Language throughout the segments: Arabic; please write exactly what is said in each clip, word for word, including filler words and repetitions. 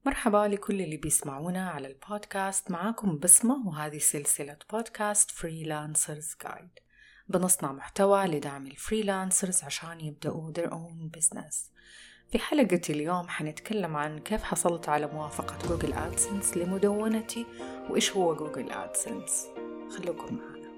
مرحبا لكل اللي بيسمعونا على البودكاست. معاكم بسمة، وهذه سلسلة بودكاست فريلانسرز جايد. بنصنع محتوى لدعم الفريلانسرز عشان يبدأوا their own business. في حلقة اليوم حنتكلم عن كيف حصلت على موافقة جوجل آدسنس لمدونتي وإيش هو جوجل آدسنس. خلوكم معنا.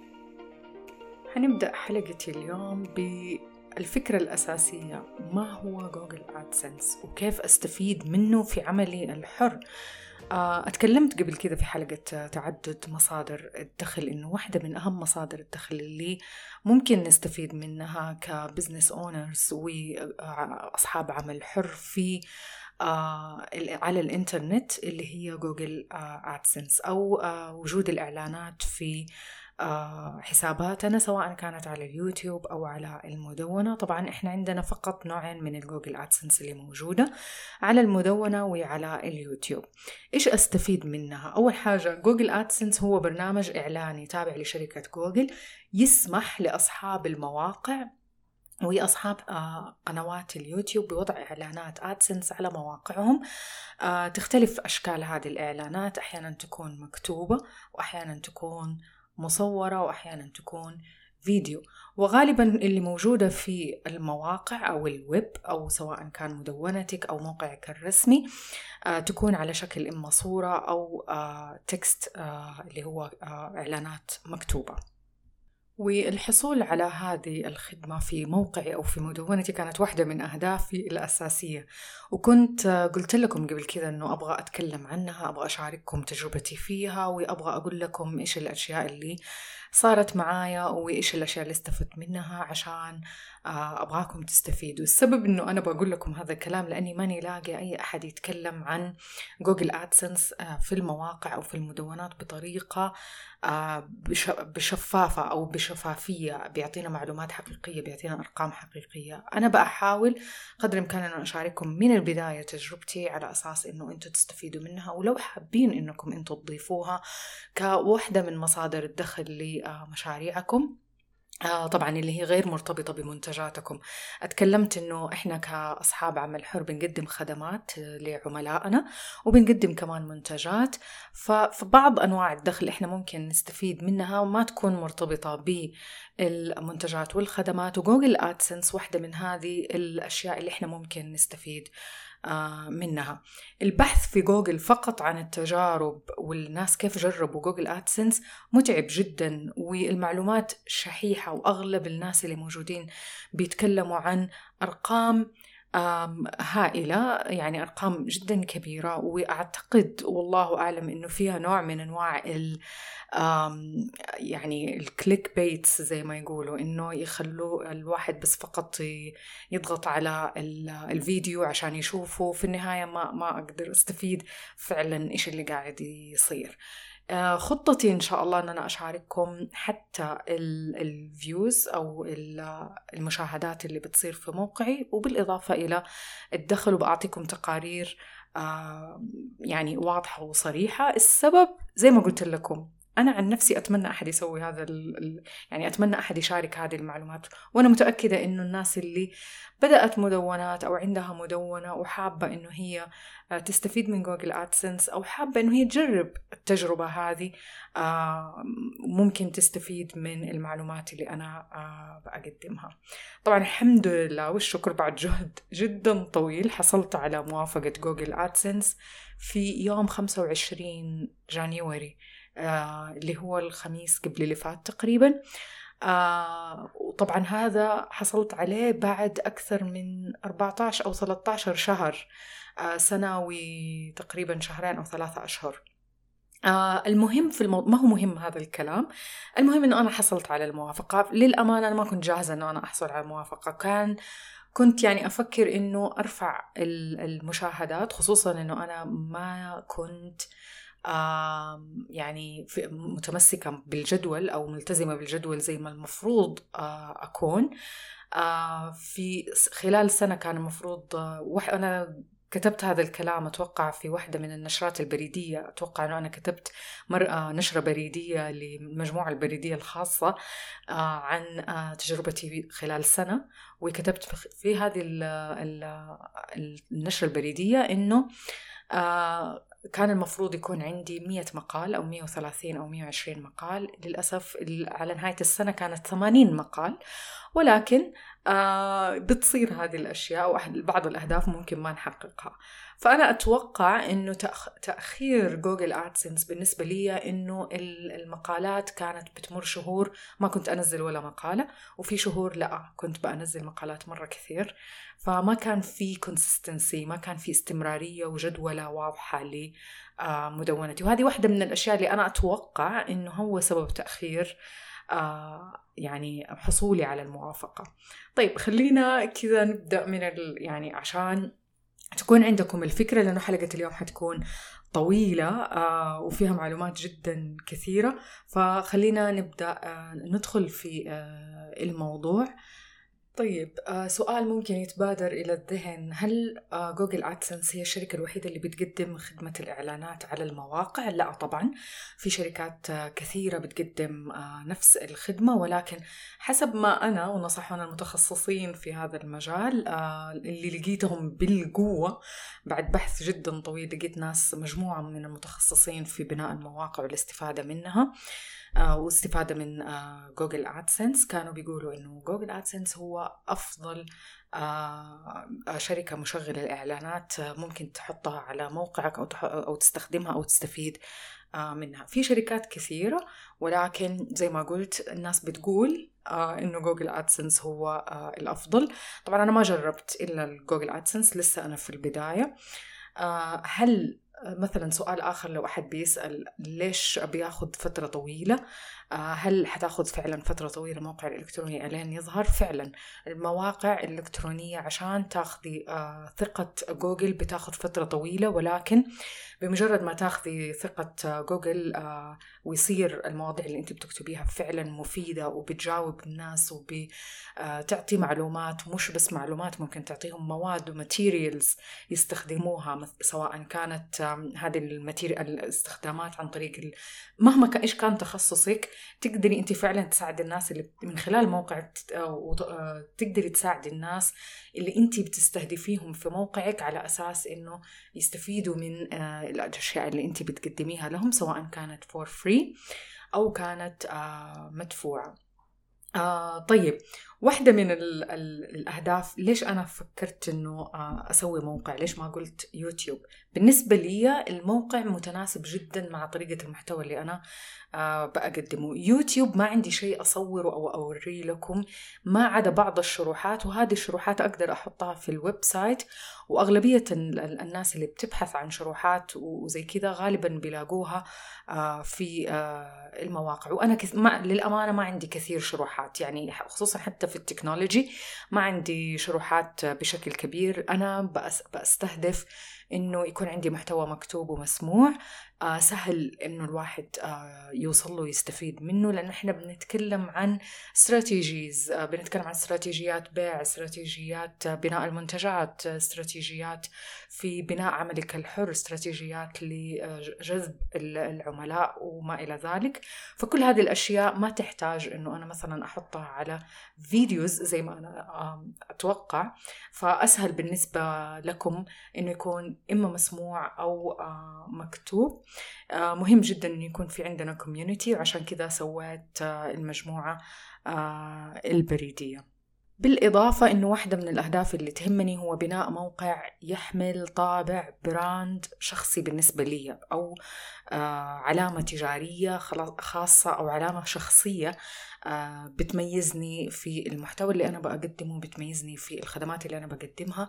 حنبدأ حلقتي اليوم بالفكرة الأساسية، ما هو جوجل آدسنس وكيف أستفيد منه في عملي الحر. أتكلمت قبل كده في حلقة تعدد مصادر الدخل إنه واحدة من أهم مصادر الدخل اللي ممكن نستفيد منها كبزنس أونرز وأصحاب عمل حر في على الإنترنت اللي هي جوجل آدسنس أو وجود الإعلانات في حساباتنا سواء كانت على اليوتيوب أو على المدونة. طبعا إحنا عندنا فقط نوعين من الجوجل آدسنس اللي موجودة، على المدونة وعلى اليوتيوب. إيش أستفيد منها؟ أول حاجة، جوجل آدسنس هو برنامج إعلاني تابع لشركة جوجل، يسمح لأصحاب المواقع وأصحاب قنوات اليوتيوب بوضع إعلانات آدسنس على مواقعهم. تختلف أشكال هذه الإعلانات، أحيانا تكون مكتوبة وأحيانا تكون مصورة وأحيانا تكون فيديو، وغالبا اللي موجودة في المواقع أو الويب أو سواء كان مدونتك أو موقعك الرسمي آه تكون على شكل إما صورة أو آه تكست آه اللي هو آه إعلانات مكتوبة. والحصول على هذه الخدمة في موقعي أو في مدونتي كانت واحدة من أهدافي الأساسية، وكنت قلت لكم قبل كذا أنه أبغى أتكلم عنها، أبغى أشارككم تجربتي فيها، وأبغى أقول لكم إيش الأشياء اللي صارت معايا وإيش الأشياء اللي استفدت منها عشان أبغاكم تستفيدوا. السبب أنه أنا بقول لكم هذا الكلام لأني ماني لاقي أي أحد يتكلم عن جوجل آدسنس في المواقع أو في المدونات بطريقة بشفافة أو بشفافية، بيعطينا معلومات حقيقية، بيعطينا أرقام حقيقية. أنا بقى أحاول قدر الإمكان أن أشارككم من البداية تجربتي على أساس أنه أنتوا تستفيدوا منها، ولو حابين أنكم أنتوا تضيفوها كوحدة من مصادر الدخل لمشاريعكم آه طبعا اللي هي غير مرتبطة بمنتجاتكم. أتكلمت إنه إحنا كأصحاب عمل حر بنقدم خدمات لعملائنا وبنقدم كمان منتجات، فبعض أنواع الدخل إحنا ممكن نستفيد منها وما تكون مرتبطة بالمنتجات والخدمات، وجوجل آدسنس واحدة من هذه الأشياء اللي إحنا ممكن نستفيد منها. البحث في جوجل فقط عن التجارب والناس كيف جربوا جوجل آدسنس متعب جدا، والمعلومات شحيحة، وأغلب الناس اللي موجودين بيتكلموا عن أرقام هائلة، يعني أرقام جدا كبيرة، وأعتقد والله أعلم إنه فيها نوع من أنواع ال يعني الكليك بيتس زي ما يقولوا، إنه يخلوا الواحد بس فقط يضغط على الفيديو عشان يشوفه، في النهاية ما ما أقدر أستفيد فعلا إيش اللي قاعد يصير. خطتي إن شاء الله أن أنا أشارككم حتى الفيوز أو المشاهدات اللي بتصير في موقعي، وبالإضافة إلى الدخل، وبأعطيكم تقارير يعني واضحة وصريحة. السبب زي ما قلت لكم، أنا عن نفسي أتمنى أحد يسوي هذا ال... يعني أتمنى أحد يشارك هذه المعلومات، وأنا متأكدة إنه الناس اللي بدأت مدونات أو عندها مدونة وحابة إنه هي تستفيد من جوجل آدسنس أو حابة إنه هي تجرب التجربة هذه ممكن تستفيد من المعلومات اللي أنا بقدمها. طبعا الحمد لله والشكر بعد جهد جدا طويل حصلت على موافقة جوجل آدسنس في يوم خمسة وعشرين جانيوري آه، اللي هو الخميس قبل اللي فات تقريبا. آه، وطبعا هذا حصلت عليه بعد أكثر من أربعة عشر أو ثلاثة عشر شهر آه، سنوي، تقريبا شهرين أو ثلاثة أشهر. آه المهم في المو... ما هو مهم هذا الكلام، المهم أنه أنا حصلت على الموافقة. للأمانة أنا ما كنت جاهزة أنه أنا أحصل على الموافقة، كان كنت يعني أفكر أنه أرفع المشاهدات، خصوصا أنه أنا ما كنت آه يعني متمسكة بالجدول أو ملتزمة بالجدول زي ما المفروض آه أكون. آه في خلال سنة كان المفروض آه وأنا كتبت هذا الكلام أتوقع في واحدة من النشرات البريدية، أتوقع أنه أنا كتبت مرة نشرة بريدية للمجموعة البريدية الخاصة آه عن آه تجربتي خلال سنة، وكتبت في هذه النشرة البريدية إنه آه كان المفروض يكون عندي مية مقال أو مية وثلاثين أو مية وعشرين مقال. للأسف على نهاية السنة كانت ثمانين مقال، ولكن آه بتصير هذه الأشياء وبعض الأهداف ممكن ما نحققها. فأنا أتوقع أنه تأخير جوجل آدسنس بالنسبة لي أنه المقالات كانت بتمر شهور ما كنت أنزل ولا مقالة، وفي شهور لا كنت بأنزل مقالات مرة كثير، فما كان في consistency، ما كان في استمرارية وجدولة واضحة لمدونتي. وهذه واحدة من الأشياء اللي أنا أتوقع أنه هو سبب تأخير آه يعني حصولي على الموافقة. طيب خلينا كذا نبدأ من ال يعني عشان تكون عندكم الفكرة، لأنه حلقة اليوم حتكون طويلة آه وفيها معلومات جدا كثيرة. فخلينا نبدأ آه ندخل في آه الموضوع. طيب آه سؤال ممكن يتبادر إلى الذهن، هل آه جوجل آدسنس هي الشركة الوحيدة اللي بتقدم خدمة الإعلانات على المواقع؟ لا طبعا، في شركات آه كثيرة بتقدم آه نفس الخدمة، ولكن حسب ما أنا ونصحنا المتخصصين في هذا المجال آه اللي لقيتهم بالقوة بعد بحث جدا طويل، لقيت ناس مجموعة من المتخصصين في بناء المواقع والاستفادة منها آه واستفادة من آه جوجل آدسنس، كانوا بيقولوا إنه جوجل آدسنس هو أفضل آه شركة مشغلة الإعلانات آه ممكن تحطها على موقعك أو, أو تستخدمها أو تستفيد آه منها. في شركات كثيرة، ولكن زي ما قلت الناس بتقول آه إنه جوجل آدسنس هو آه الأفضل. طبعا أنا ما جربت إلا جوجل آدسنس، لسه أنا في البداية. آه هل مثلا سؤال آخر لو أحد بيسأل ليش بياخد فترة طويلة، هل حتاخد فعلا فترة طويلة موقع الإلكتروني ألين يظهر؟ فعلا المواقع الإلكترونية عشان تاخذي ثقة جوجل بتاخد فترة طويلة، ولكن بمجرد ما تاخذي ثقة جوجل ويصير المواضيع اللي انت بتكتبيها فعلا مفيدة وبتجاوب الناس وبتعطي معلومات، مش بس معلومات، ممكن تعطيهم مواد وماتيريالز يستخدموها، سواء كانت هذه الماتيريال الاستخدامات عن طريق مهما كان إيش كان تخصصك، تقدري انت فعلا تساعد الناس اللي من خلال موقعك، تقدري تساعد الناس اللي انت بتستهدفيهم في موقعك على أساس انه يستفيدوا من الأشياء اللي انت بتقدميها لهم، سواء كانت for free أو كانت مدفوعة. آه طيب، واحدة من ال ال الأهداف ليش أنا فكرت أنه آه أسوي موقع، ليش ما قلت يوتيوب؟ بالنسبة لي الموقع متناسب جدا مع طريقة المحتوى اللي أنا آه بقدمه. يوتيوب ما عندي شيء أصوره أو أوري لكم ما عدا بعض الشروحات، وهذه الشروحات أقدر أحطها في الويب سايت، وأغلبية الناس اللي بتبحث عن شروحات وزي كذا غالبا بيلاقوها آه في آه المواقع. وأنا كث... ما... للأمانة ما عندي كثير شروحات، يعني خصوصا حتى في التكنولوجي ما عندي شروحات بشكل كبير. أنا بأس... بأستهدف إنه يكون عندي محتوى مكتوب ومسموع آه سهل إنه الواحد آه يوصل له يستفيد منه، لأن إحنا بنتكلم عن استراتيجيز، آه بنتكلم عن استراتيجيات بيع، استراتيجيات بناء المنتجات، استراتيجيات في بناء عملك الحر، استراتيجيات لجذب العملاء وما إلى ذلك. فكل هذه الأشياء ما تحتاج إنه أنا مثلا أحطها على فيديوز زي ما أنا أتوقع، فأسهل بالنسبة لكم إنه يكون إما مسموع أو مكتوب. مهم جدا إنه يكون في عندنا كوميونيتي، وعشان كذا سويت المجموعة البريدية. بالإضافة إنه واحدة من الأهداف اللي تهمني هو بناء موقع يحمل طابع براند شخصي بالنسبة لي، أو علامة تجارية خاصة أو علامة شخصية بتميزني في المحتوى اللي أنا بقدمه، بتميزني في الخدمات اللي أنا بقدمها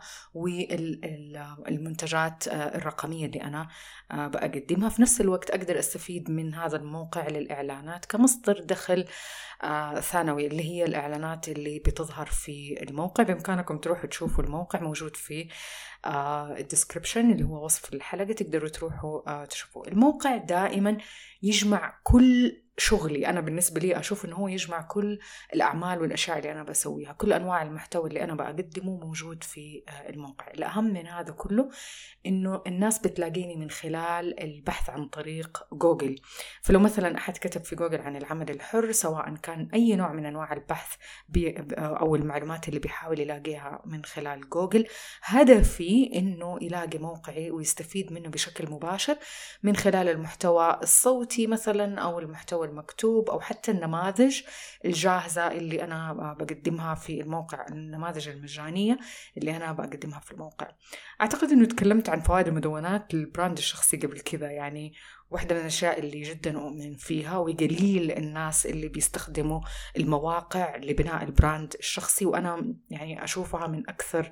والمنتجات الرقمية اللي أنا بقدمها. في نفس الوقت أقدر أستفيد من هذا الموقع للإعلانات كمصدر دخل ثانوي، اللي هي الإعلانات اللي بتظهر في الموقع. بإمكانكم تروحوا تشوفوا الموقع، موجود في الديسكريبشن اللي هو وصف الحلقة، تقدروا تروحوا تشوفوا الموقع. دائما يجمع كل شغلي أنا بالنسبة لي أشوف إنه هو يجمع كل الأعمال والأشياء اللي أنا بسويها، كل أنواع المحتوى اللي أنا بقدمه موجود في الموقع. الأهم من هذا كله إنه الناس بتلاقيني من خلال البحث عن طريق جوجل. فلو مثلا أحد كتب في جوجل عن العمل الحر، سواء كان أي نوع من أنواع البحث أو المعلومات اللي بيحاول يلاقيها من خلال جوجل، هدفي إنه يلاقي موقعي ويستفيد منه بشكل مباشر من خلال المحتوى الصوتي مثلا أو المحتوى المكتوب أو حتى النماذج الجاهزة اللي أنا بقدمها في الموقع، النماذج المجانية اللي أنا بقدمها في الموقع. أعتقد أنه تكلمت عن فوائد المدونات للبراند الشخصي قبل كذا، يعني واحدة من الأشياء اللي جدا أؤمن فيها، وقليل الناس اللي بيستخدموا المواقع لبناء البراند الشخصي، وأنا يعني أشوفها من أكثر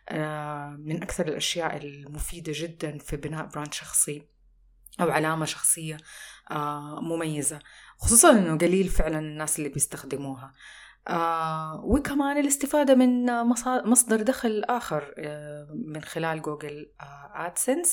من أكثر الأشياء المفيدة جدا في بناء براند شخصي أو علامة شخصية مميزة، خصوصا أنه قليل فعلا الناس اللي بيستخدموها. آه وكمان الاستفادة من مصدر دخل آخر آه من خلال جوجل آه آدسنس،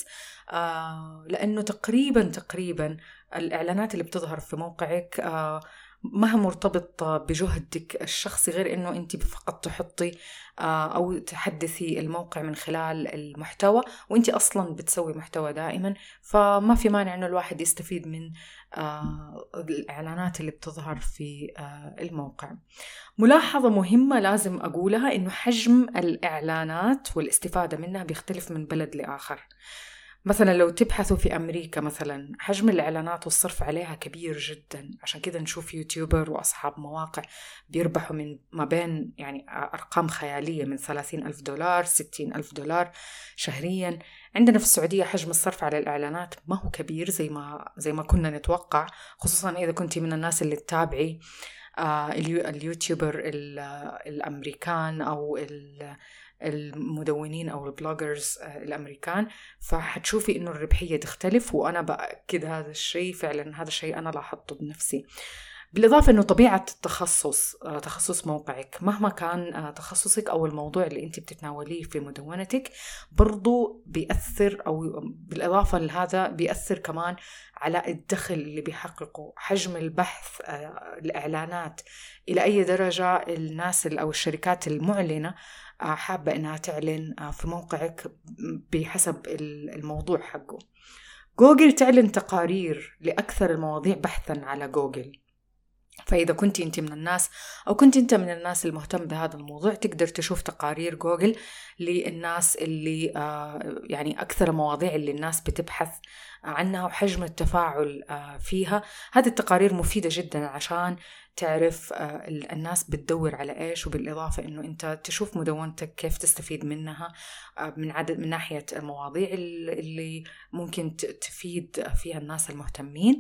آه لأنه تقريبا تقريبا الإعلانات اللي بتظهر في موقعك آه ما هي مرتبطة بجهدك الشخصي، غير إنه أنت فقط تحطي أو تحدثي الموقع من خلال المحتوى، وأنت أصلاً بتسوي محتوى دائماً، فما في مانع إنه الواحد يستفيد من الإعلانات اللي بتظهر في الموقع. ملاحظة مهمة لازم أقولها، إنه حجم الإعلانات والاستفادة منها بيختلف من بلد لآخر. مثلا لو تبحثوا في أمريكا مثلا، حجم الإعلانات والصرف عليها كبير جدا، عشان كذا نشوف يوتيوبر وأصحاب مواقع بيربحوا من ما بين يعني أرقام خيالية من ثلاثين ألف دولار ستين ألف دولار شهريا. عندنا في السعودية حجم الصرف على الإعلانات ما هو كبير زي ما زي ما كنا نتوقع، خصوصا إذا كنتي من الناس اللي تتابعي آه اليوتيوبر الأمريكان أو المدونين أو البلوجرز الأمريكان، فحتشوفي إنه الربحية تختلف، وأنا بأكد هذا الشيء فعلا، هذا الشيء أنا لاحظته بنفسي. بالإضافة إنه طبيعة التخصص تخصص موقعك مهما كان تخصصك أو الموضوع اللي أنت بتتناوليه في مدونتك برضو بيأثر، أو بالإضافة لهذا بيأثر كمان على الدخل اللي بيحققه. حجم البحث الإعلانات إلى أي درجة الناس أو الشركات المعلنة حابة إنها تعلن في موقعك بحسب الموضوع حقه. جوجل تعلن تقارير لأكثر المواضيع بحثاً على جوجل، فإذا كنت أنت من الناس أو كنت أنت من الناس المهتم بهذا الموضوع تقدر تشوف تقارير جوجل للناس اللي آه يعني أكثر مواضيع اللي الناس بتبحث عنها وحجم التفاعل آه فيها. هذه التقارير مفيدة جدا عشان تعرف آه الناس بتدور على إيش، وبالإضافة إنه أنت تشوف مدونتك كيف تستفيد منها آه من عدد من ناحية المواضيع اللي ممكن تفيد فيها الناس المهتمين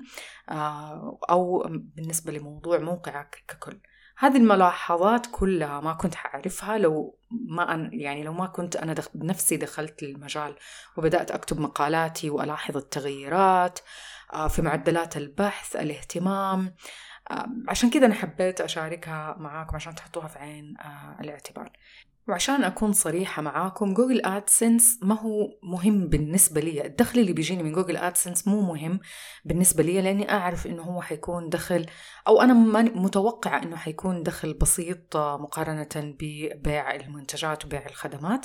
آه أو بالنسبة لموضوع موقعك ككل. هذه الملاحظات كلها ما كنت حعرفها لو ما أن يعني لو ما كنت أنا دخ... بنفسي دخلت المجال وبدأت أكتب مقالاتي وألاحظ التغيرات في معدلات البحث الاهتمام. عشان كده أنا حبيت أشاركها معاكم عشان تحطوها في عين الاعتبار. وعشان أكون صريحة معاكم، جوجل آدسنس ما هو مهم بالنسبة لي، الدخل اللي بيجيني من جوجل آدسنس مو مهم بالنسبة لي، لأني أعرف إنه هو حيكون دخل، أو أنا متوقعة إنه حيكون دخل بسيط مقارنة ببيع المنتجات وبيع الخدمات.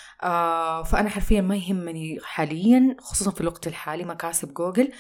آه فأنا حرفيا ما يهمني حاليا، خصوصا في الوقت الحالي، مكاسب جوجل،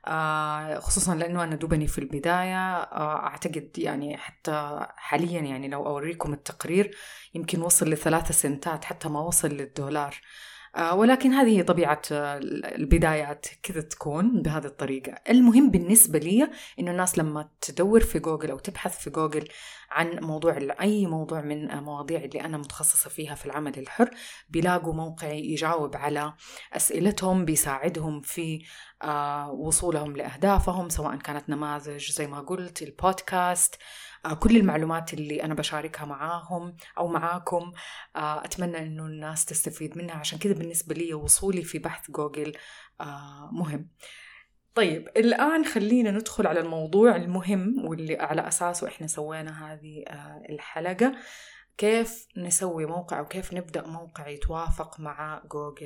آه خصوصا لأنه أنا دوبني في البداية. آه أعتقد يعني حتى حاليا يعني لو أوريكم التقرير يمكن وصل لثلاثة سنتات، حتى ما وصل للدولار. آه ولكن هذه هي طبيعة البدايات، كذا تكون بهذه الطريقة. المهم بالنسبة لي إنه الناس لما تدور في جوجل أو تبحث في جوجل عن موضوع أي موضوع من مواضيع اللي أنا متخصصة فيها في العمل الحر بيلاقوا موقعي يجاوب على أسئلتهم، بيساعدهم في آه وصولهم لأهدافهم، سواء كانت نماذج زي ما قلت البودكاست، آه كل المعلومات اللي أنا بشاركها معاهم أو معاكم آه أتمنى أنه الناس تستفيد منها. عشان كده بالنسبة لي وصولي في بحث جوجل آه مهم. طيب الآن خلينا ندخل على الموضوع المهم واللي على أساسه إحنا سوينا هذه آه الحلقة، كيف نسوي موقع وكيف نبدأ موقع يتوافق مع جوجل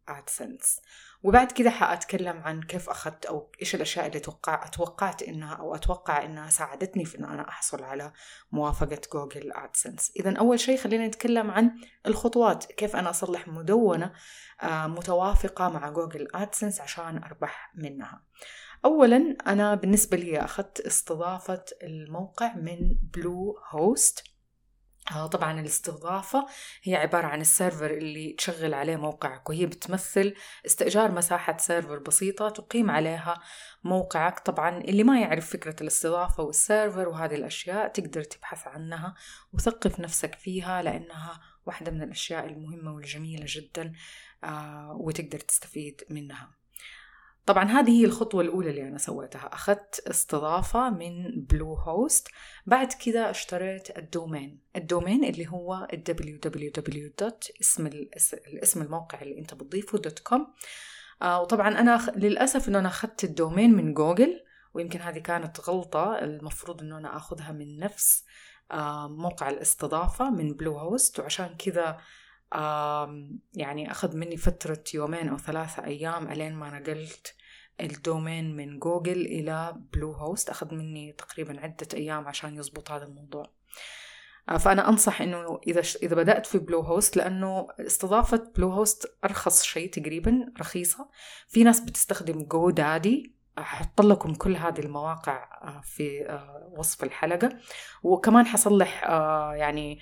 آدسنس. وبعد كده حأتكلم عن كيف أخذت أو إيش الأشياء اللي توقع أتوقعت إنها أو أتوقع إنها ساعدتني في إن أنا أحصل على موافقة جوجل آدسنس. إذن أول شيء خلينا نتكلم عن الخطوات، كيف أنا أصلح مدونة متوافقة مع جوجل آدسنس عشان أربح منها. أولاً أنا بالنسبة لي أخذت استضافة الموقع من بلو هوست. طبعاً الاستضافة هي عبارة عن السيرفر اللي تشغل عليه موقعك، وهي بتمثل استئجار مساحة سيرفر بسيطة تقيم عليها موقعك. طبعاً اللي ما يعرف فكرة الاستضافة والسيرفر وهذه الأشياء تقدر تبحث عنها وثقف نفسك فيها، لأنها واحدة من الأشياء المهمة والجميلة جداً وتقدر تستفيد منها. طبعا هذه هي الخطوة الأولى اللي أنا سويتها، أخذت استضافة من بلو هوست. بعد كده اشتريت الدومين الدومين اللي هو دبليو دبليو دبليو دوت اسم الاسم الموقع اللي أنت بتضيفه دوت كوم. آه وطبعا أنا للأسف أنه أنا أخذت الدومين من جوجل، ويمكن هذه كانت غلطة، المفروض أنه أنا أخذها من نفس آه موقع الاستضافة من بلو هوست، وعشان كده يعني أخذ مني فترة يومين أو ثلاثة أيام ألين ما نقلت الدومين من جوجل إلى بلو هوست. أخذ مني تقريبا عدة أيام عشان يزبط هذا الموضوع. فأنا أنصح إنه إذا إذا بدأت في بلو هوست، لأنه استضافة بلو هوست أرخص شيء تقريبا، رخيصة. في ناس بتستخدم جو دادي، أحط لكم كل هذه المواقع في وصف الحلقة، وكمان حصلح يعني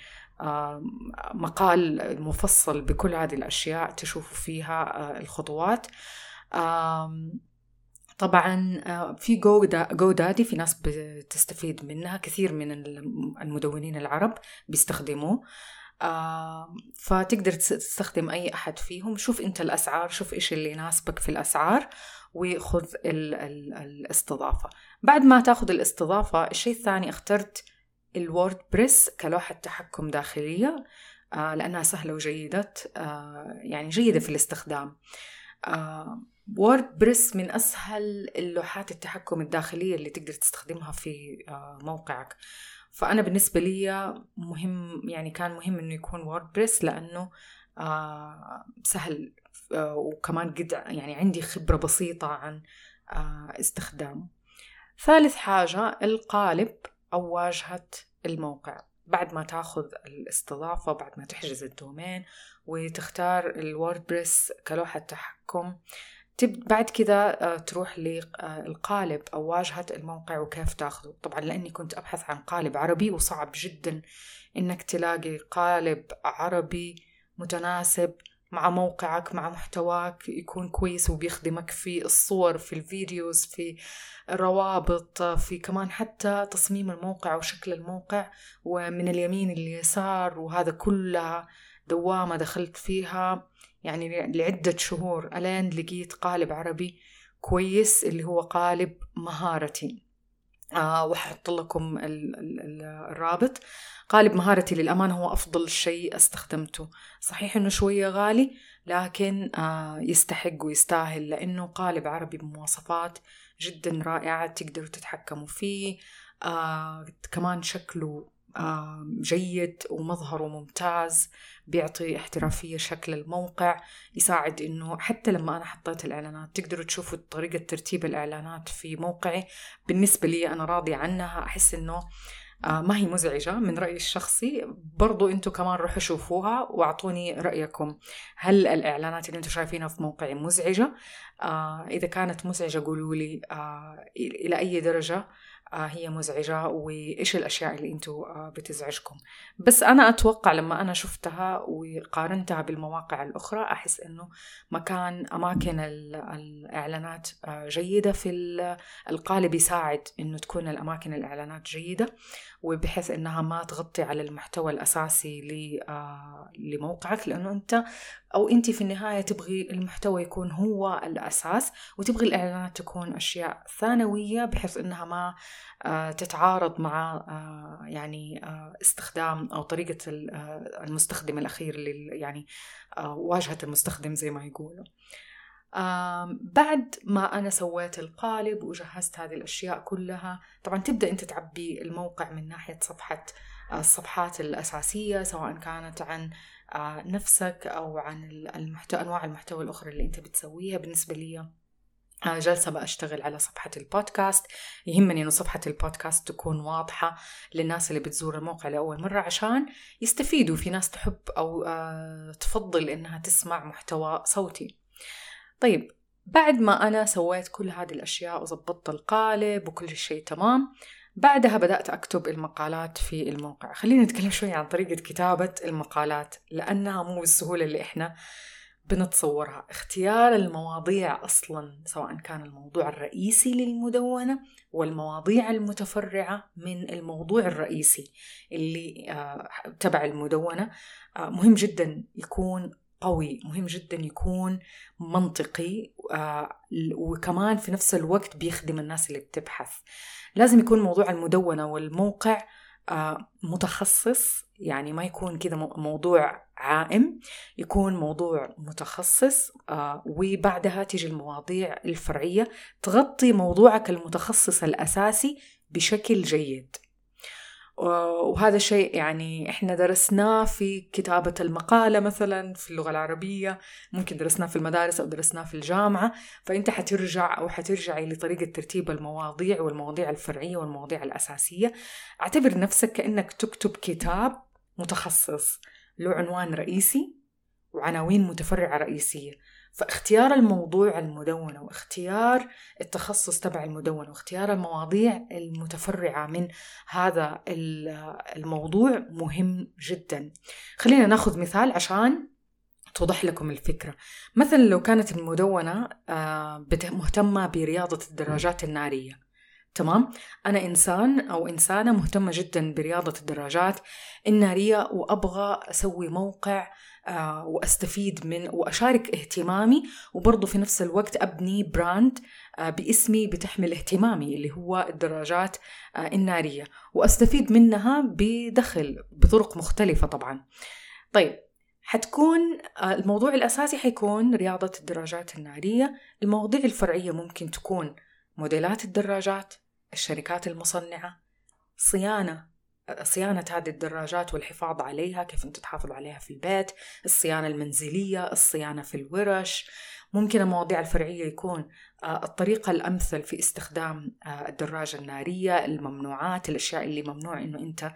مقال مفصل بكل هذه الأشياء تشوفوا فيها الخطوات. طبعا في جو دادي في ناس بتستفيد منها، كثير من المدونين العرب بيستخدموه، فتقدر تستخدم أي أحد فيهم. شوف أنت الأسعار، شوف إيش اللي يناسبك في الأسعار وخذ ال ال الاستضافة. بعد ما تاخذ الاستضافة، الشيء الثاني اخترت الوورد بريس كلوحة تحكم داخلية، آه لأنها سهلة وجيدة، آه يعني جيدة في الاستخدام. آه وورد بريس من أسهل اللوحات التحكم الداخلية اللي تقدر تستخدمها في آه موقعك. فأنا بالنسبة لي مهم، يعني كان مهم إنه يكون وورد بريس، لأنه آه سهل، آه وكمان قد يعني عندي خبرة بسيطة عن آه استخدامه. ثالث حاجة القالب أو واجهة الموقع. بعد ما تاخذ الاستضافة، بعد ما تحجز الدومين وتختار الووردبريس كلوحة تحكم، بعد كده تروح للقالب أو واجهة الموقع وكيف تاخذه. طبعا لأني كنت أبحث عن قالب عربي، وصعب جدا إنك تلاقي قالب عربي متناسب مع موقعك مع محتواك يكون كويس وبيخدمك في الصور، في الفيديوز، في الروابط، في كمان حتى تصميم الموقع وشكل الموقع ومن اليمين اليسار. وهذا كلها دوامة دخلت فيها يعني لعدة شهور ألين لقيت قالب عربي كويس اللي هو قالب مهارتي. آه وحط لكم ال ال الرابط. قالب مهارتي للأمانة هو أفضل شيء استخدمته. صحيح إنه شوية غالي، لكن آه يستحق ويستاهل، لأنه قالب عربي بمواصفات جدا رائعة تقدروا تتحكموا فيه. آه كمان شكله آه جيد ومظهره ممتاز، بيعطي احترافية شكل الموقع، يساعد إنه حتى لما أنا حطيت الإعلانات تقدروا تشوفوا طريقة ترتيب الإعلانات في موقعي. بالنسبة لي أنا راضي عنها، أحس إنه آه ما هي مزعجة من رأيي الشخصي. برضو أنتوا كمان روحوا شوفوها واعطوني رأيكم، هل الإعلانات اللي أنتوا شايفينها في موقعي مزعجة؟ آه إذا كانت مزعجة قولوا لي آه إلى أي درجة آه هي مزعجة، وإيش الأشياء اللي أنتوا آه بتزعجكم. بس أنا أتوقع لما أنا شفتها وقارنتها بالمواقع الأخرى أحس إنه مكان أماكن الإعلانات آه جيدة في القالب، يساعد إنه تكون الأماكن الإعلانات جيدة، وبحيث إنها ما تغطي على المحتوى الأساسي لموقعك، لأنه أنت أو أنت في النهاية تبغي المحتوى يكون هو الأساس، وتبغي الإعلانات تكون أشياء ثانوية بحيث إنها ما تتعارض مع يعني استخدام أو طريقة المستخدم الأخير، يعني واجهة المستخدم زي ما يقولوا. بعد ما أنا سويت القالب وجهزت هذه الأشياء كلها، طبعا تبدأ أنت تعبي الموقع من ناحية صفحة الصفحات الأساسية، سواء كانت عن نفسك أو عن المحتوى، أنواع المحتوى الأخرى اللي أنت بتسويها. بالنسبة لي جالسة بأشتغل على صفحة البودكاست، يهمني أنه صفحة البودكاست تكون واضحة للناس اللي بتزور الموقع لأول مرة عشان يستفيدوا. في ناس تحب أو تفضل أنها تسمع محتوى صوتي. طيب، بعد ما أنا سويت كل هذه الأشياء وضبطت القالب وكل شيء تمام، بعدها بدأت أكتب المقالات في الموقع. خلينا نتكلم شوي عن طريقة كتابة المقالات، لأنها مو بالسهولة اللي إحنا بنتصورها. اختيار المواضيع أصلاً، سواء كان الموضوع الرئيسي للمدونة والمواضيع المتفرعة من الموضوع الرئيسي اللي آه تبع المدونة، آه مهم جداً يكون قوي، مهم جداً يكون منطقي، آه وكمان في نفس الوقت بيخدم الناس اللي بتبحث. لازم يكون موضوع المدونة والموقع آه متخصص، يعني ما يكون كذا موضوع عائم، يكون موضوع متخصص، آه وبعدها تيجي المواضيع الفرعية تغطي موضوعك المتخصص الأساسي بشكل جيد. وهذا الشيء يعني إحنا درسناه في كتابة المقالة مثلا في اللغة العربية، ممكن درسناه في المدارس أو درسناه في الجامعة. فأنت حترجع أو حترجعي لطريقة ترتيب المواضيع والمواضيع الفرعية والمواضيع الأساسية. اعتبر نفسك كأنك تكتب كتاب متخصص له عنوان رئيسي وعناوين متفرعة رئيسية. فاختيار الموضوع المدونة واختيار التخصص تبع المدونة واختيار المواضيع المتفرعة من هذا الموضوع مهم جدا. خلينا ناخذ مثال عشان توضح لكم الفكرة. مثلا لو كانت المدونة مهتمة برياضة الدراجات النارية، تمام؟ أنا إنسان أو إنسانة مهتمة جدا برياضة الدراجات النارية وأبغى أسوي موقع آه وأستفيد من وأشارك اهتمامي، وبرضو في نفس الوقت أبني براند آه باسمي بتحمل اهتمامي اللي هو الدراجات آه النارية، وأستفيد منها بدخل بطرق مختلفة طبعا. طيب، حتكون آه الموضوع الأساسي حيكون رياضة الدراجات النارية. المواضيع الفرعية ممكن تكون موديلات الدراجات، الشركات المصنعة، صيانة صيانة هذه الدراجات والحفاظ عليها، كيف أنت تحافظ عليها في البيت، الصيانة المنزلية، الصيانة في الورش. ممكن المواضيع الفرعية يكون الطريقة الأمثل في استخدام الدراجة النارية، الممنوعات، الأشياء اللي ممنوع إنه أنت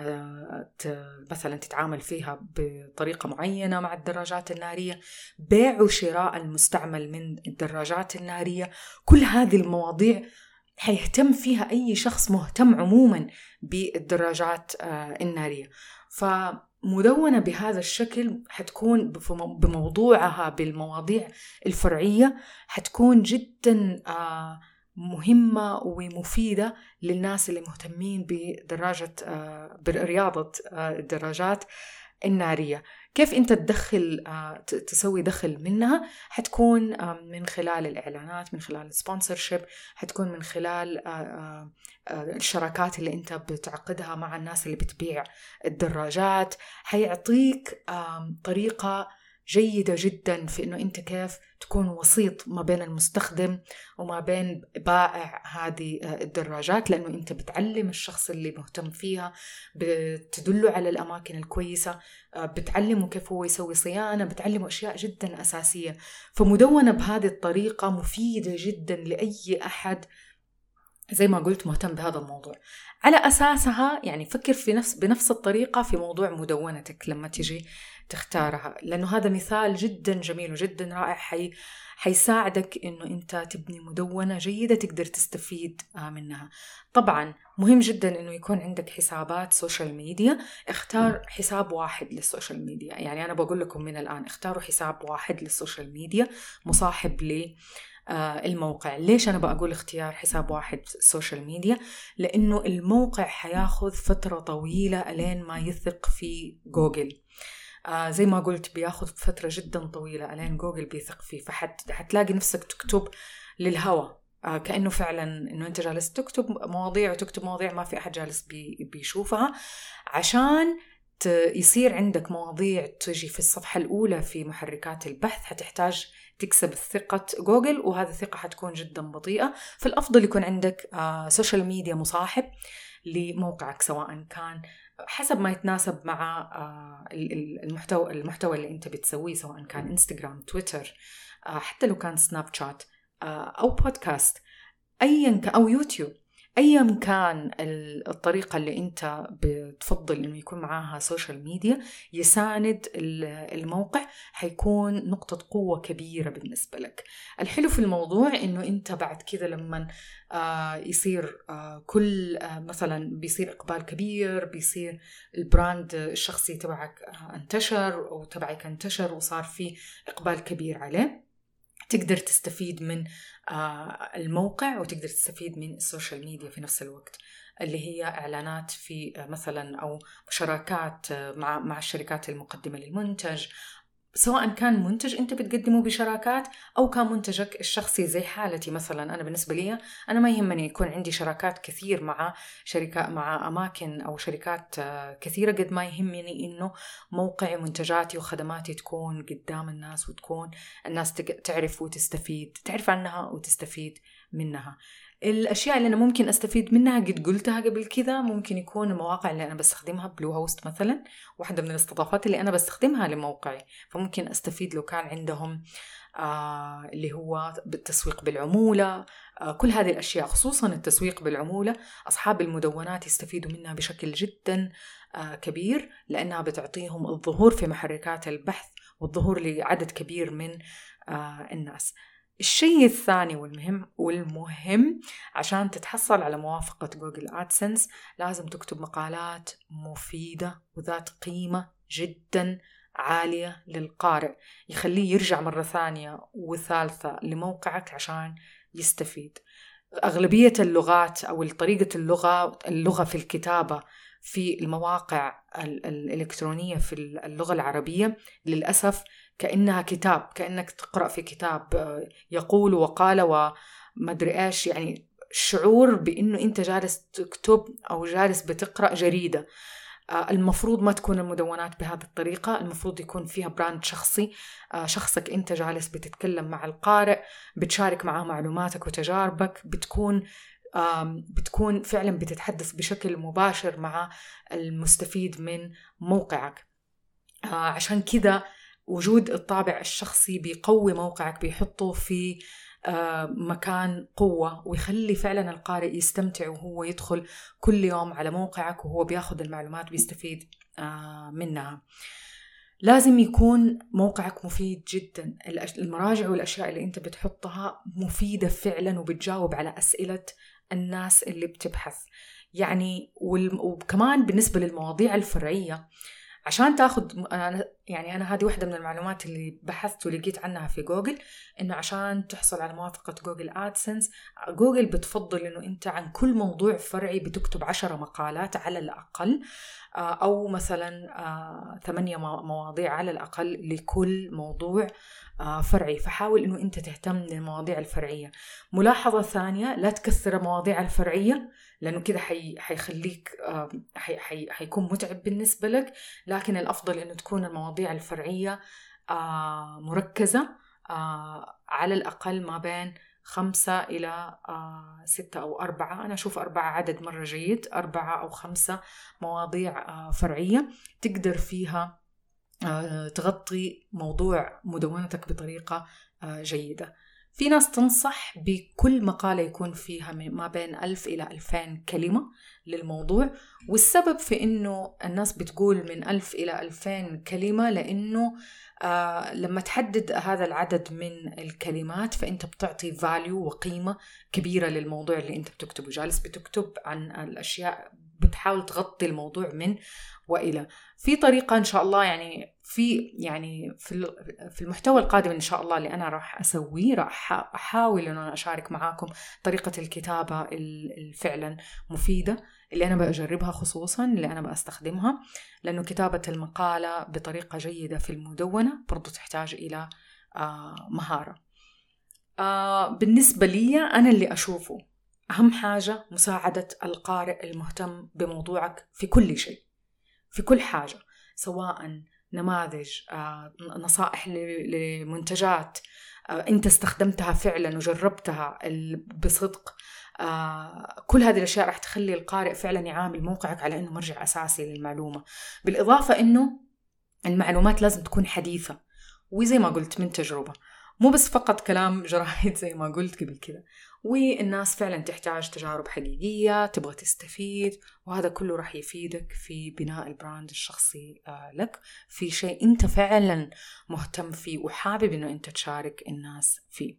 مثلا تتعامل فيها بطريقة معينة مع الدراجات النارية، بيع وشراء المستعمل من الدراجات النارية. كل هذه المواضيع حيهتم فيها أي شخص مهتم عموما بالدراجات النارية. فمدونة بهذا الشكل حتكون بموضوعها بالمواضيع الفرعية حتكون جدا مهمة ومفيدة للناس اللي مهتمين بدراجة برياضة الدراجات النارية. كيف أنت تدخل تسوي دخل منها؟ حتكون من خلال الإعلانات، من خلال السبونسرشيب، حتكون من خلال الشراكات اللي أنت بتعقدها مع الناس اللي بتبيع الدراجات. حيعطيك طريقة جيدة جدا في أنه أنت كيف تكون وسيط ما بين المستخدم وما بين بائع هذه الدراجات، لأنه أنت بتعلم الشخص اللي مهتم فيها، بتدله على الأماكن الكويسة، بتعلمه كيف هو يسوي صيانة، بتعلمه أشياء جدا أساسية. فمدونة بهذه الطريقة مفيدة جدا لأي أحد زي ما قلت مهتم بهذا الموضوع. على أساسها يعني فكر في نفس بنفس الطريقة في موضوع مدونتك لما تيجي تختارها، لأنه هذا مثال جدا جميل وجدا رائع حي حيساعدك إنه أنت تبني مدونة جيدة تقدر تستفيد منها. طبعا مهم جدا إنه يكون عندك حسابات سوشيال ميديا. اختار حساب واحد للسوشيال ميديا، يعني أنا بقول لكم من الآن اختاروا حساب واحد للسوشيال ميديا مصاحب لي الموقع. ليش أنا بقول اختيار حساب واحد سوشيال ميديا؟ لأنه الموقع حياخذ فترة طويلة ألين ما يثق في جوجل. آه زي ما قلت بياخذ فترة جدا طويلة ألين جوجل بيثق فيه. فحتلاقي نفسك تكتب للهوى، آه كأنه فعلا إنه أنت جالس تكتب مواضيع وتكتب مواضيع ما في أحد جالس بي بيشوفها. عشان يصير عندك مواضيع تجي في الصفحة الأولى في محركات البحث حتحتاج تكسب ثقة جوجل، وهذه الثقة حتكون جدا بطيئة. فالأفضل يكون عندك آه سوشيال ميديا مصاحب لموقعك، سواء كان حسب ما يتناسب مع المحتوى المحتوى اللي أنت بتسويه، سواء كان إنستغرام، تويتر، حتى لو كان سناب شات أو بودكاست، أيا كان، أو يوتيوب، أيا كان الطريقة اللي أنت بتفضل إنه يكون معاها سوشيال ميديا يساند الموقع، حيكون نقطة قوة كبيرة بالنسبة لك. الحلو في الموضوع إنه أنت بعد كده لما يصير كل مثلا بيصير إقبال كبير، بيصير البراند الشخصي تبعك انتشر أو تبعك انتشر وصار فيه إقبال كبير عليه، تقدر تستفيد من الموقع وتقدر تستفيد من السوشيال ميديا في نفس الوقت، اللي هي إعلانات في مثلا أو شراكات مع مع الشركات المقدمة للمنتج، سواء كان منتج أنت بتقدمه بشراكات أو كان منتجك الشخصي زي حالتي مثلا. أنا بالنسبة لي أنا ما يهمني يكون عندي شراكات كثير مع شركات مع أماكن أو شركات كثيرة، قد ما يهمني إنه موقعي منتجاتي وخدماتي تكون قدام الناس، وتكون الناس تعرف وتستفيد تعرف عنها وتستفيد منها. الأشياء اللي أنا ممكن أستفيد منها قد قلتها قبل كذا، ممكن يكون المواقع اللي أنا بستخدمها، بلو هوست مثلا واحدة من الاستضافات اللي أنا بستخدمها لموقعي، فممكن أستفيد لو كان عندهم آه اللي هو بالتسويق بالعمولة. آه كل هذه الأشياء، خصوصا التسويق بالعمولة، أصحاب المدونات يستفيدوا منها بشكل جدا آه كبير، لأنها بتعطيهم الظهور في محركات البحث والظهور لعدد كبير من آه الناس. الشيء الثاني والمهم والمهم عشان تتحصل على موافقة جوجل آدسنس، لازم تكتب مقالات مفيدة وذات قيمة جدا عالية للقارئ، يخليه يرجع مرة ثانية وثالثة لموقعك عشان يستفيد. أغلبية اللغات أو طريقة اللغة اللغة في الكتابة في المواقع الإلكترونية في اللغة العربية للأسف كأنها كتاب، كأنك تقرأ في كتاب يقول وقال ومدري إيش، يعني شعور بأنه أنت جالس تكتب أو جالس بتقرأ جريدة. المفروض ما تكون المدونات بهذه الطريقة، المفروض يكون فيها براند شخصي، شخصك أنت جالس بتتكلم مع القارئ، بتشارك معه معلوماتك وتجاربك، بتكون بتكون فعلا بتتحدث بشكل مباشر مع المستفيد من موقعك. عشان كذا وجود الطابع الشخصي بيقوي موقعك، بيحطه في مكان قوة، ويخلي فعلا القارئ يستمتع وهو يدخل كل يوم على موقعك وهو بياخد المعلومات بيستفيد منها. لازم يكون موقعك مفيد جدا، المراجع والأشياء اللي انت بتحطها مفيدة فعلا وبتجاوب على أسئلة الناس اللي بتبحث يعني. وكمان بالنسبة للمواضيع الفرعية، عشان تاخد أنا يعني أنا هذه واحدة من المعلومات اللي بحثت ولقيت عنها في جوجل، إنه عشان تحصل على موافقة جوجل آدسنس، جوجل بتفضل إنه أنت عن كل موضوع فرعي بتكتب عشرة مقالات على الأقل، أو مثلا ثمانية مواضيع على الأقل لكل موضوع فرعي. فحاول إنه أنت تهتم للمواضيع الفرعية. ملاحظة ثانية، لا تكثر مواضيع الفرعية، لأنه كده حي حيخليك حي حي حيكون متعب بالنسبة لك، لكن الأفضل إنه تكون المواضيع الفرعية مركزة، على الأقل ما بين خمسة إلى ستة أو أربعة. أنا أشوف أربعة عدد مرة جيد، أربعة أو خمسة مواضيع فرعية تقدر فيها تغطي موضوع مدونتك بطريقة جيدة. في ناس تنصح بكل مقالة يكون فيها ما بين ألف إلى ألفين كلمة للموضوع، والسبب في إنه الناس بتقول من ألف إلى ألفين كلمة لأنه آه لما تحدد هذا العدد من الكلمات فأنت بتعطي value وقيمة كبيرة للموضوع اللي أنت بتكتبه. جالس بتكتب عن الأشياء، بتحاول تغطي الموضوع من وإلى. في طريقة إن شاء الله يعني في يعني في في المحتوى القادم إن شاء الله اللي أنا راح أسويه، راح أحاول إنه أنا أشارك معاكم طريقة الكتابة الفعلا مفيدة اللي أنا بأجربها، خصوصا اللي أنا بأستخدمها، لأنه كتابة المقالة بطريقة جيدة في المدونة برضو تحتاج إلى آه مهارة. آه بالنسبة لي أنا اللي أشوفه أهم حاجة مساعدة القارئ المهتم بموضوعك في كل شيء، في كل حاجة، سواء نماذج، آه، نصائح لمنتجات آه، أنت استخدمتها فعلا وجربتها بصدق، آه كل هذه الأشياء راح تخلي القارئ فعلا يعامل موقعك على أنه مرجع أساسي للمعلومة. بالإضافة أنه المعلومات لازم تكون حديثة، وزي ما قلت من تجربة، مو بس فقط كلام جرايد زي ما قلت قبل كده، والناس فعلا تحتاج تجارب حقيقية، تبغى تستفيد، وهذا كله راح يفيدك في بناء البراند الشخصي لك، في شيء أنت فعلا مهتم فيه وحابب أنه أنت تشارك الناس فيه.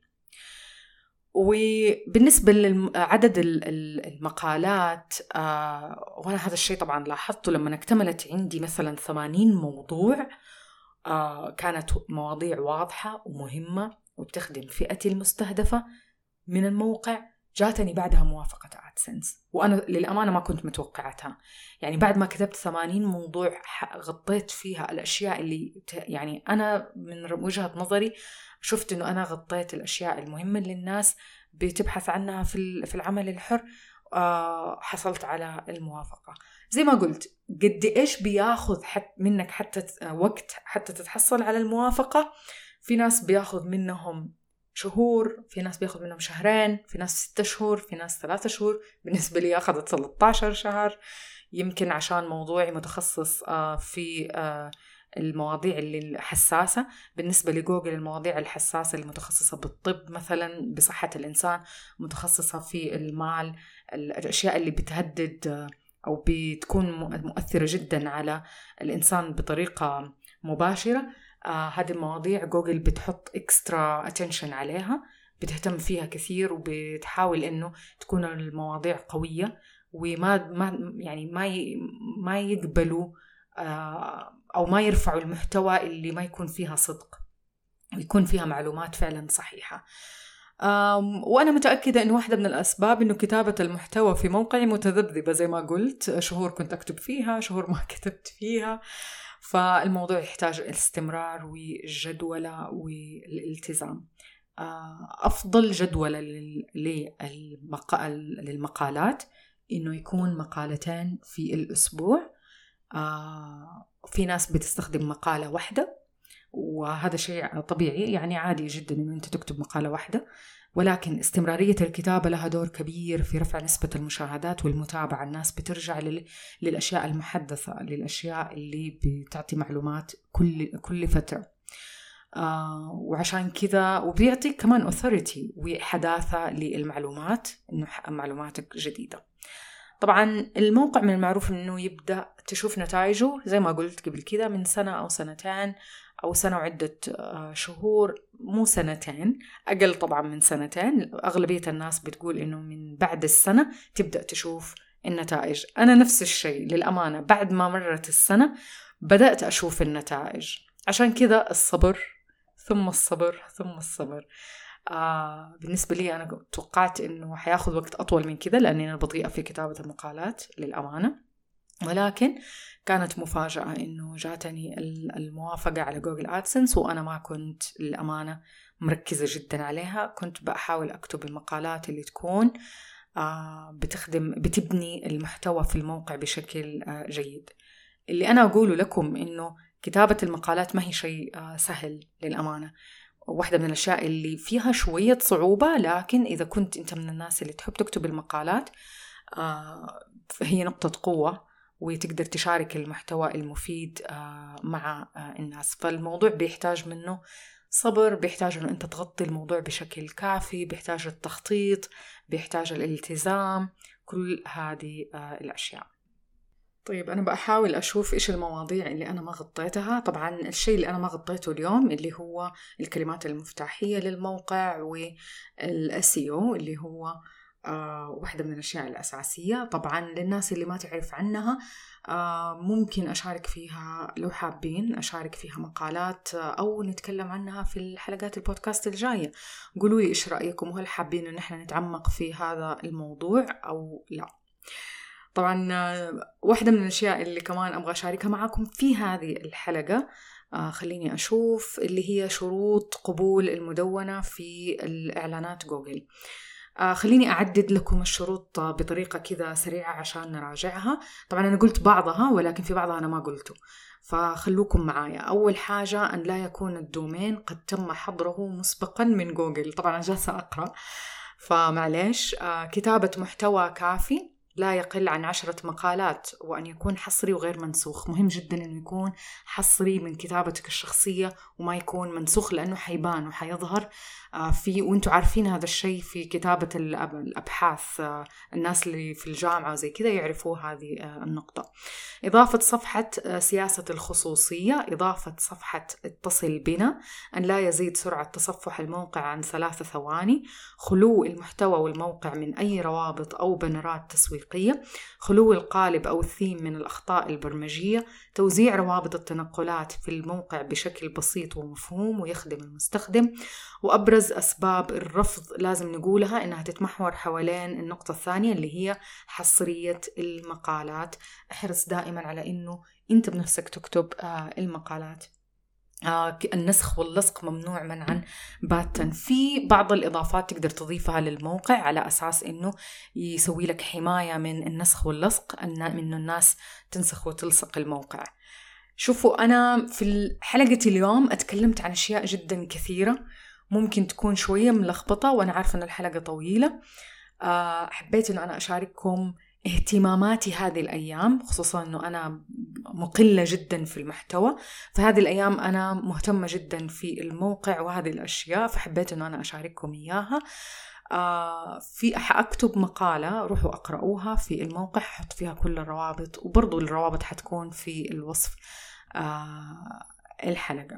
وبالنسبة لعدد المقالات، وأنا هذا الشيء طبعا لاحظته لما اكتملت عندي مثلا ثمانين موضوع، كانت مواضيع واضحة ومهمة وبتخدم فئتي المستهدفة من الموقع، جاتني بعدها موافقة آدسنس، وأنا للأمانة ما كنت متوقعتها. يعني بعد ما كتبت ثمانين موضوع غطيت فيها الأشياء اللي يعني أنا من وجهة نظري شفت أنه أنا غطيت الأشياء المهمة اللي الناس بتبحث عنها في في العمل الحر، آه حصلت على الموافقة. زي ما قلت، قد إيش بياخذ حت منك حتى وقت حتى تتحصل على الموافقة؟ في ناس بياخذ منهم شهور، في ناس بياخذ منهم شهرين، في ناس ستة شهور، في ناس ثلاثة شهور. بالنسبة لي أخذت ثلاثة عشر شهر، يمكن عشان موضوعي متخصص آه في آه المواضيع اللي حساسة. بالنسبة لجوجل المواضيع الحساسة المتخصصة بالطب مثلا، بصحة الإنسان، متخصصة في المال، الأشياء اللي بتهدد أو بتكون مؤثرة جدا على الإنسان بطريقة مباشرة، آه هذه المواضيع جوجل بتحط إكسترا أتنشن عليها، بتهتم فيها كثير، وبتحاول إنه تكون المواضيع قوية، وما ما يعني ما ما يقبلوا آه أو ما يرفعوا المحتوى اللي ما يكون فيها صدق، ويكون فيها معلومات فعلا صحيحة. وأنا متأكدة أنه واحدة من الأسباب أنه كتابة المحتوى في موقعي متذبذبة، زي ما قلت، شهور كنت أكتب فيها، شهور ما كتبت فيها، فالموضوع يحتاج استمرار وجدولة والالتزام. أفضل جدولة للمقالات أنه يكون مقالتين في الأسبوع. في ناس بتستخدم مقالة واحدة، وهذا شيء طبيعي، يعني عادي جدا أنه أنت تكتب مقالة واحدة، ولكن استمرارية الكتابة لها دور كبير في رفع نسبة المشاهدات والمتابعة. الناس بترجع لل... للأشياء المحدثة، للأشياء اللي بتعطي معلومات كل كل فترة، آه وعشان كذا وبيعطي كمان authority وحداثة للمعلومات، إنه معلوماتك جديدة. طبعا الموقع من المعروف إنه يبدأ تشوف نتائجه زي ما قلت قبل كذا من سنة أو سنتين أو سنة وعدة شهور، مو سنتين، أقل طبعا من سنتين. أغلبية الناس بتقول إنه من بعد السنة تبدأ تشوف النتائج. أنا نفس الشيء للأمانة، بعد ما مرت السنة بدأت أشوف النتائج. عشان كذا الصبر ثم الصبر ثم الصبر. آه بالنسبة لي أنا توقعت إنه حياخذ وقت أطول من كذا، لأني أنا بطيئة في كتابة المقالات للأمانة، ولكن كانت مفاجأة إنه جاتني الموافقة على جوجل آدسنس، وأنا ما كنت للأمانة مركزة جدا عليها. كنت بحاول أكتب المقالات اللي تكون آه بتخدم بتبني المحتوى في الموقع بشكل آه جيد. اللي أنا أقوله لكم إنه كتابة المقالات ما هي شيء آه سهل للأمانة، واحدة من الأشياء اللي فيها شوية صعوبة، لكن إذا كنت أنت من الناس اللي تحب تكتب المقالات آه فهي نقطة قوة، وتقدر تشارك المحتوى المفيد آه مع آه الناس. فالموضوع بيحتاج منه صبر، بيحتاج أنه أنت تغطي الموضوع بشكل كافي، بيحتاج التخطيط، بيحتاج الالتزام، كل هذه آه الأشياء. طيب أنا بحاول أشوف إيش المواضيع اللي أنا ما غطيتها. طبعاً الشيء اللي أنا ما غطيته اليوم اللي هو الكلمات المفتاحية للموقع والإس إي أو، اللي هو آه واحدة من الأشياء الأساسية. طبعاً للناس اللي ما تعرف عنها آه ممكن أشارك فيها، لو حابين أشارك فيها مقالات أو نتكلم عنها في الحلقات البودكاست الجاية. قولوا لي إيش رأيكم، وهل حابين أن احنا نتعمق في هذا الموضوع أو لا. طبعا واحدة من الأشياء اللي كمان أبغى أشاركها معكم في هذه الحلقة آه خليني أشوف، اللي هي شروط قبول المدونة في الإعلانات جوجل. آه خليني أعدد لكم الشروط بطريقة كذا سريعة عشان نراجعها. طبعا أنا قلت بعضها، ولكن في بعضها أنا ما قلته، فخلوكم معايا. أول حاجة أن لا يكون الدومين قد تم حظره مسبقا من جوجل. طبعا أنا جالسة أقرأ، فمعليش آه كتابة محتوى كافي لا يقل عن عشرة مقالات، وأن يكون حصري وغير منسوخ. مهم جدا أنه يكون حصري من كتابتك الشخصية وما يكون منسوخ، لأنه حيبان وحيظهر في، وانتوا عارفين هذا الشيء في كتابة الأبحاث، الناس اللي في الجامعة وزي كذا يعرفوا هذه النقطة. إضافة صفحة سياسة الخصوصية، إضافة صفحة اتصل بنا، أن لا يزيد سرعة تصفح الموقع عن ثلاث ثواني، خلو المحتوى والموقع من أي روابط أو بنرات تسويقية، خلو القالب أو الثيم من الأخطاء البرمجية، توزيع روابط التنقلات في الموقع بشكل بسيط ومفهوم ويخدم المستخدم. وأبرز أسباب الرفض لازم نقولها إنها تتمحور حوالين النقطة الثانية اللي هي حصرية المقالات. احرص دائما على إنه أنت بنفسك تكتب آه المقالات. آه النسخ واللصق ممنوع منعا باتا. في بعض الإضافات تقدر تضيفها للموقع على أساس إنه يسوي لك حماية من النسخ واللصق، إن إنه الناس تنسخ وتلصق الموقع. شوفوا، أنا في حلقة اليوم أتكلمت عن أشياء جدا كثيرة، ممكن تكون شوية ملخبطة، وأنا عارفة أن الحلقة طويلة. أه حبيت أنه أنا أشارككم اهتماماتي هذه الأيام، خصوصا أنه أنا مقلة جدا في المحتوى، فهذه الأيام أنا مهتمة جدا في الموقع وهذه الأشياء، فحبيت أنه أنا أشارككم إياها. آه في حأكتب مقالة، روحوا أقرأوها في الموقع، حط فيها كل الروابط، وبرضو الروابط حتكون في الوصف آه الحلقة.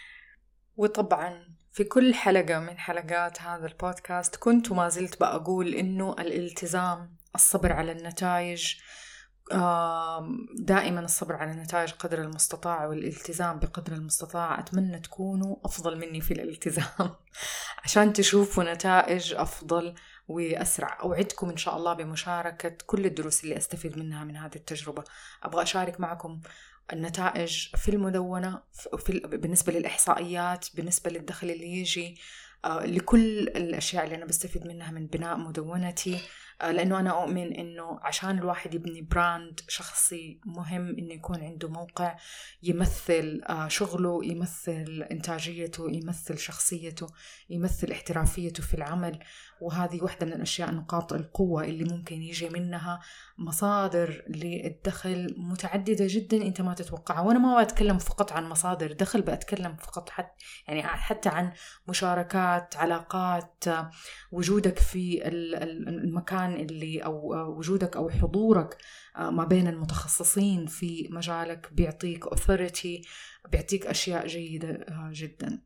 وطبعا في كل حلقة من حلقات هذا البودكاست كنت وما زلت بقول إنه الالتزام، الصبر على النتائج، دائما الصبر على النتائج قدر المستطاع، والالتزام بقدر المستطاع. أتمنى تكونوا أفضل مني في الالتزام عشان تشوفوا نتائج أفضل وأسرع. أوعدكم إن شاء الله بمشاركة كل الدروس اللي أستفيد منها من هذه التجربة. أبغى أشارك معكم النتائج في المدونة، في بالنسبة للإحصائيات، بالنسبة للدخل اللي يجي، لكل الأشياء اللي أنا بستفيد منها من بناء مدونتي، لأنه أنا أؤمن إنه عشان الواحد يبني براند شخصي مهم إنه يكون عنده موقع يمثل شغله، يمثل إنتاجيته، يمثل شخصيته، يمثل احترافيته في العمل. وهذه واحدة من الأشياء نقاط القوة اللي ممكن يجي منها مصادر للدخل متعددة جدا أنت ما تتوقعها. وأنا ما بتكلم فقط عن مصادر دخل، بتكلم فقط حتى يعني حتى عن مشاركات، علاقات، وجودك في المكان اللي أو وجودك أو حضورك ما بين المتخصصين في مجالك بيعطيك authority، بيعطيك أشياء جيدة جدا.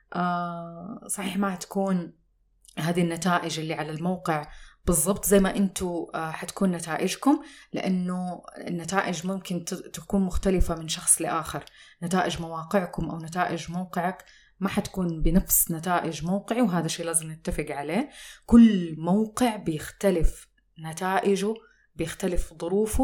صحيح ما تكون هذه النتائج اللي على الموقع بالضبط زي ما أنتوا حتكون نتائجكم، لأنه النتائج ممكن تكون مختلفة من شخص لآخر. نتائج مواقعكم أو نتائج موقعك ما حتكون بنفس نتائج موقعي، وهذا شيء لازم نتفق عليه. كل موقع بيختلف نتائجه، بيختلف ظروفه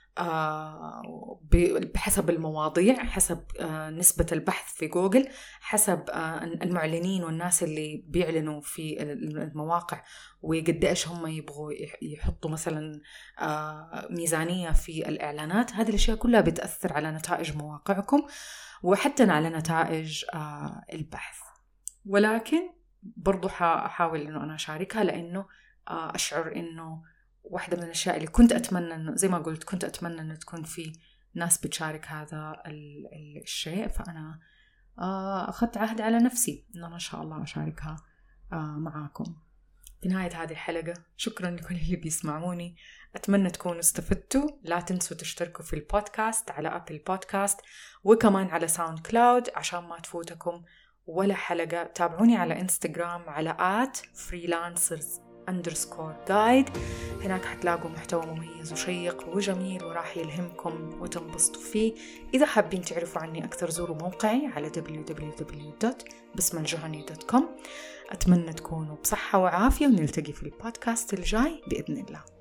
بحسب المواضيع، حسب نسبة البحث في جوجل، حسب المعلنين والناس اللي بيعلنوا في المواقع وقديش هم يبغوا يحطوا مثلا ميزانية في الإعلانات. هذه الأشياء كلها بتأثر على نتائج مواقعكم وحتى على نتائج البحث. ولكن برضو حاول إنه أنا أشاركها، لأنه أشعر إنه واحدة من الأشياء اللي كنت أتمنى إنه زي ما قلت كنت أتمنى إنه تكون في ناس بتشارك هذا الشيء، فأنا أخذت عهد على نفسي إنه أنا إن شاء الله أشاركها معاكم. في نهاية هذه الحلقة شكرا لكل اللي بيسمعوني، أتمنى تكونوا استفدتوا. لا تنسوا تشتركوا في البودكاست على أبل بودكاست وكمان على ساوند كلاود عشان ما تفوتكم ولا حلقة. تابعوني على إنستغرام على آت فريلانسرز underscore guide، هناك حتلاقوا محتوى مميز وشيق وجميل وراح يلهمكم وتنبسطوا فيه. إذا حابين تعرفوا عني أكثر زوروا موقعي على دبليو دبليو دبليو دوت بسمة الجهني دوت كوم. أتمنى تكونوا بصحة وعافية، ونلتقي في البودكاست الجاي بإذن الله.